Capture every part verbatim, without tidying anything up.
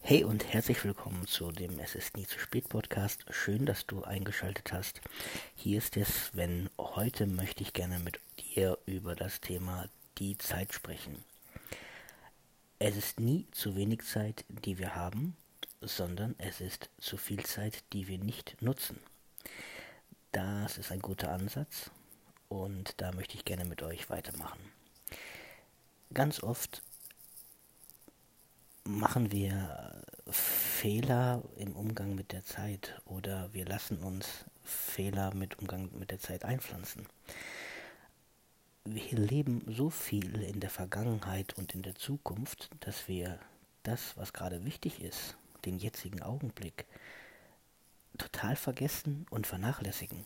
Hey und herzlich willkommen zu dem Es ist nie zu spät Podcast. Schön, dass du eingeschaltet hast. Hier ist der Sven. Heute möchte ich gerne mit dir über das Thema die Zeit sprechen. Es ist nie zu wenig Zeit, die wir haben, sondern es ist zu viel Zeit, die wir nicht nutzen. Das ist ein guter Ansatz und da möchte ich gerne mit euch weitermachen. Ganz oft machen wir Fehler im Umgang mit der Zeit oder wir lassen uns Fehler mit Umgang mit der Zeit einpflanzen. Wir leben so viel in der Vergangenheit und in der Zukunft, dass wir das, was gerade wichtig ist, den jetzigen Augenblick, total vergessen und vernachlässigen.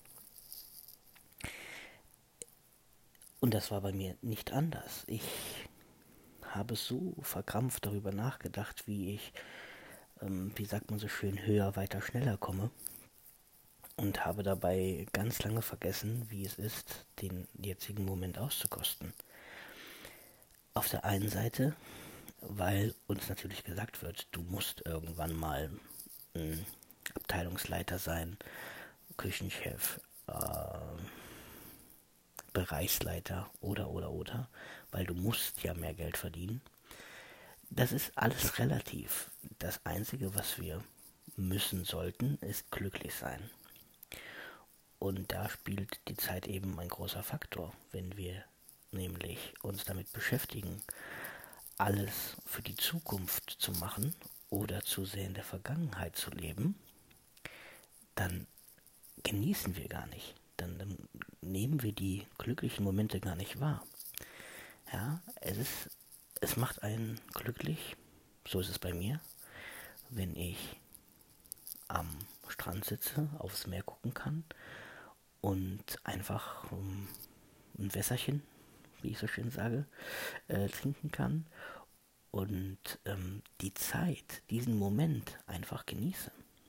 Und das war bei mir nicht anders. Ich habe so verkrampft darüber nachgedacht, wie ich, ähm, wie sagt man so schön, höher, weiter, schneller komme und habe dabei ganz lange vergessen, wie es ist, den jetzigen Moment auszukosten. Auf der einen Seite, weil uns natürlich gesagt wird, du musst irgendwann mal ein Abteilungsleiter sein, Küchenchef, äh, Bereichsleiter oder oder oder, weil du musst ja mehr Geld verdienen. Das ist alles relativ. Das Einzige, was wir müssen sollten, ist glücklich sein. Und da spielt die Zeit eben ein großer Faktor, wenn wir nämlich uns damit beschäftigen, alles für die Zukunft zu machen oder zu sehr in der Vergangenheit zu leben, dann genießen wir gar nicht. Dann, dann nehmen wir die glücklichen Momente gar nicht wahr. Ja, es ist, es macht einen glücklich, so ist es bei mir, wenn ich am Strand sitze, aufs Meer gucken kann und einfach um, ein Wässerchen, wie ich so schön sage, äh, trinken kann und ähm, die Zeit, diesen Moment einfach genieße.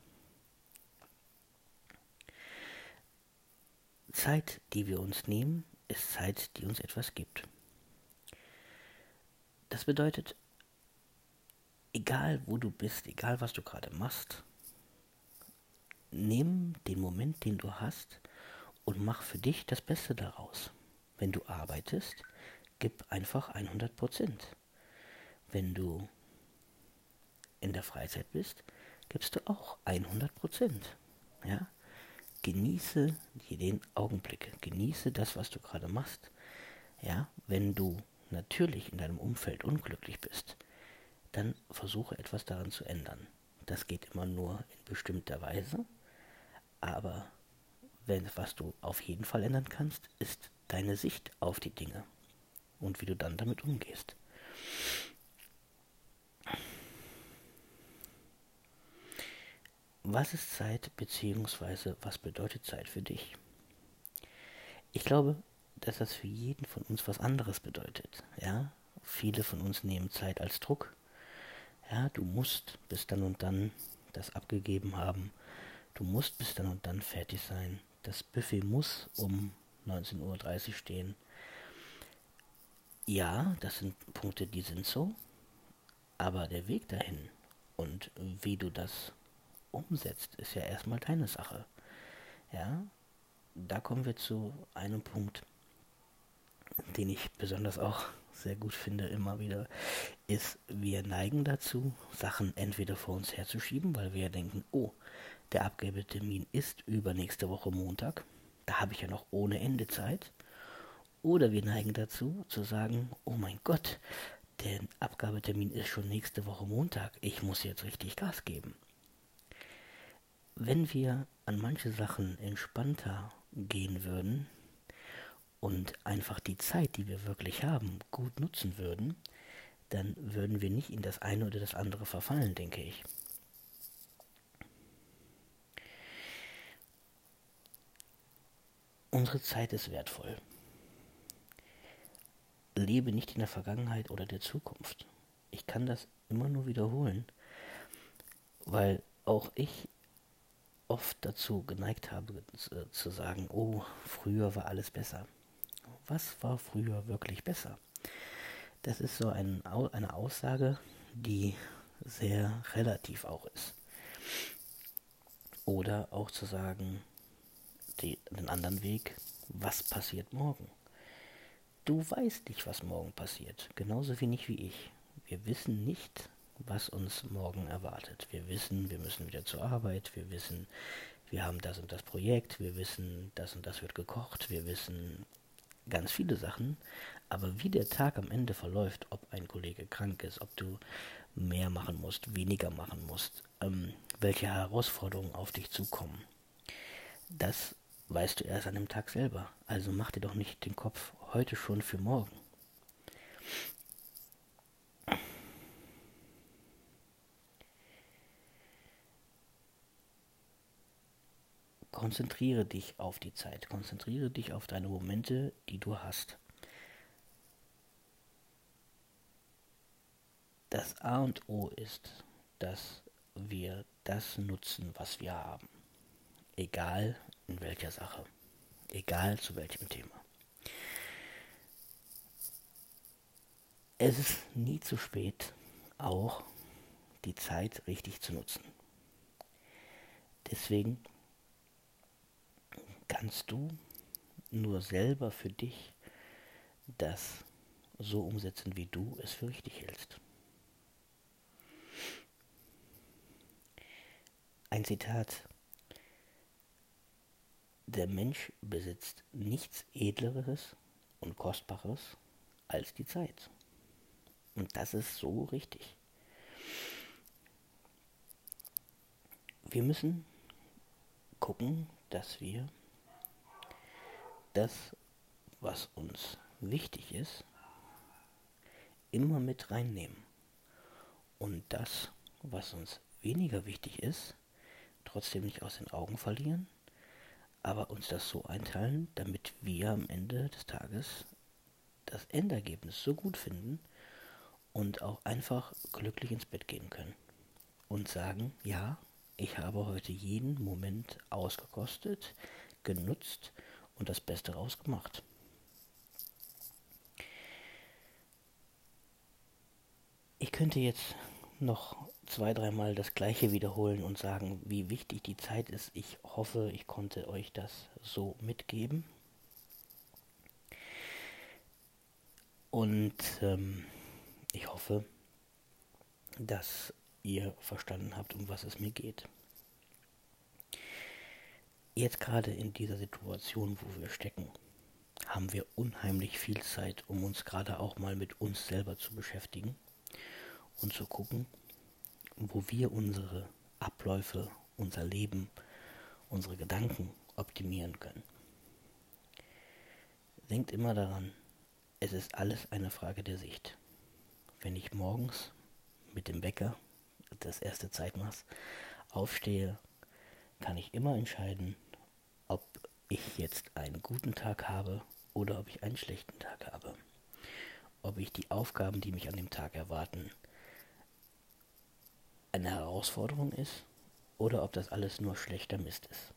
Zeit, die wir uns nehmen, ist Zeit, die uns etwas gibt. Das bedeutet, egal wo du bist, egal was du gerade machst, nimm den Moment, den du hast und mach für dich das Beste daraus. Wenn du arbeitest, gib einfach hundert Prozent. Wenn du in der Freizeit bist, gibst du auch hundert Prozent. Ja? Genieße den Augenblick, genieße das, was du gerade machst. Ja? Wenn du natürlich in deinem Umfeld unglücklich bist, dann versuche etwas daran zu ändern. Das geht immer nur in bestimmter Weise, aber wenn, was du auf jeden Fall ändern kannst, ist deine Sicht auf die Dinge und wie du dann damit umgehst. Was ist Zeit, beziehungsweise was bedeutet Zeit für dich? Ich glaube, dass das für jeden von uns was anderes bedeutet. Ja? Viele von uns nehmen Zeit als Druck. Ja, du musst bis dann und dann das abgegeben haben. Du musst bis dann und dann fertig sein. Das Buffet muss um neunzehn Uhr dreißig stehen. Ja, das sind Punkte, die sind so. Aber der Weg dahin und wie du das umsetzt, ist ja erstmal deine Sache. Ja, da kommen wir zu einem Punkt, den ich besonders auch sehr gut finde immer wieder, ist, wir neigen dazu, Sachen entweder vor uns herzuschieben, weil wir denken, oh, der Abgabetermin ist übernächste Woche Montag, da habe ich ja noch ohne Ende Zeit. Oder wir neigen dazu, zu sagen, oh mein Gott, der Abgabetermin ist schon nächste Woche Montag, ich muss jetzt richtig Gas geben. Wenn wir an manche Sachen entspannter gehen würden und einfach die Zeit, die wir wirklich haben, gut nutzen würden, dann würden wir nicht in das eine oder das andere verfallen, denke ich. Unsere Zeit ist wertvoll. Lebe nicht in der Vergangenheit oder der Zukunft. Ich kann das immer nur wiederholen, weil auch ich oft dazu geneigt habe zu sagen, oh, früher war alles besser. Was war früher wirklich besser? Das ist so ein, eine Aussage, die sehr relativ auch ist. Oder auch zu sagen, die, den anderen Weg, was passiert morgen? Du weißt nicht, was morgen passiert, genauso wenig wie ich. Wir wissen nicht, was uns morgen erwartet. Wir wissen, wir müssen wieder zur Arbeit, wir wissen, wir haben das und das Projekt, wir wissen, das und das wird gekocht, wir wissen ganz viele Sachen, aber wie der Tag am Ende verläuft, ob ein Kollege krank ist, ob du mehr machen musst, weniger machen musst, ähm, welche Herausforderungen auf dich zukommen, das weißt du erst an dem Tag selber. Also mach dir doch nicht den Kopf heute schon für morgen. Konzentriere dich auf die Zeit, konzentriere dich auf deine Momente, die du hast. Das A und O ist, dass wir das nutzen, was wir haben. Egal in welcher Sache, egal zu welchem Thema. Es ist nie zu spät, auch die Zeit richtig zu nutzen. Deswegen kannst du nur selber für dich das so umsetzen, wie du es für richtig hältst. Ein Zitat: Der Mensch besitzt nichts Edleres und Kostbares als die Zeit. Und das ist so richtig. Wir müssen gucken, dass wir das, was uns wichtig ist, immer mit reinnehmen. Und das, was uns weniger wichtig ist, trotzdem nicht aus den Augen verlieren, aber uns das so einteilen, damit wir am Ende des Tages das Endergebnis so gut finden und auch einfach glücklich ins Bett gehen können und sagen, ja, ich habe heute jeden Moment ausgekostet, genutzt und das Beste rausgemacht. Ich könnte jetzt noch zwei, dreimal das Gleiche wiederholen und sagen, wie wichtig die Zeit ist. Ich hoffe, ich konnte euch das so mitgeben. Und ähm, ich hoffe, dass ihr verstanden habt, um was es mir geht. Jetzt gerade in dieser Situation, wo wir stecken, haben wir unheimlich viel Zeit, um uns gerade auch mal mit uns selber zu beschäftigen und zu gucken, wo wir unsere Abläufe, unser Leben, unsere Gedanken optimieren können. Denkt immer daran, es ist alles eine Frage der Sicht. Wenn ich morgens mit dem Wecker, das erste Zeitmaß, aufstehe, kann ich immer entscheiden, ob ich jetzt einen guten Tag habe oder ob ich einen schlechten Tag habe. Ob ich die Aufgaben, die mich an dem Tag erwarten, eine Herausforderung ist oder ob das alles nur schlechter Mist ist.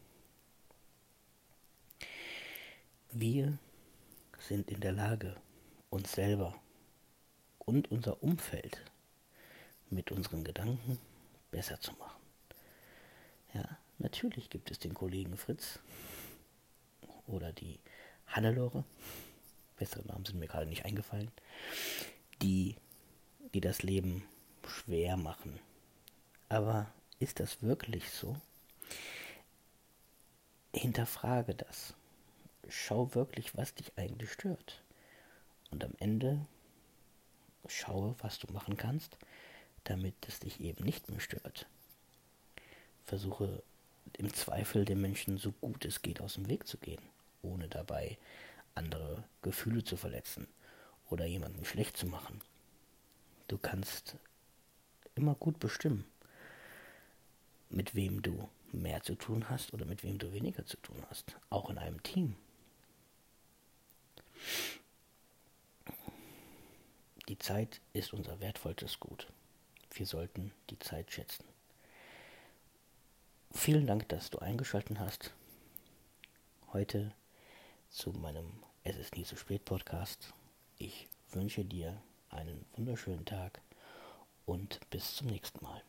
Wir sind in der Lage, uns selber und unser Umfeld mit unseren Gedanken besser zu machen. Ja, natürlich gibt es den Kollegen Fritz oder die Hannelore, bessere Namen sind mir gerade nicht eingefallen, die, die das Leben schwer machen. Aber ist das wirklich so? Hinterfrage das. Schau wirklich, was dich eigentlich stört. Und am Ende schaue, was du machen kannst, damit es dich eben nicht mehr stört. Versuche im Zweifel den Menschen so gut es geht aus dem Weg zu gehen, ohne dabei andere Gefühle zu verletzen oder jemanden schlecht zu machen. Du kannst immer gut bestimmen, mit wem du mehr zu tun hast oder mit wem du weniger zu tun hast, auch in einem Team. Die Zeit ist unser wertvollstes Gut. Wir sollten die Zeit schätzen. Vielen Dank, dass du eingeschaltet hast. Heute zu meinem Es ist nie zu spät Podcast. Ich wünsche dir einen wunderschönen Tag und bis zum nächsten Mal.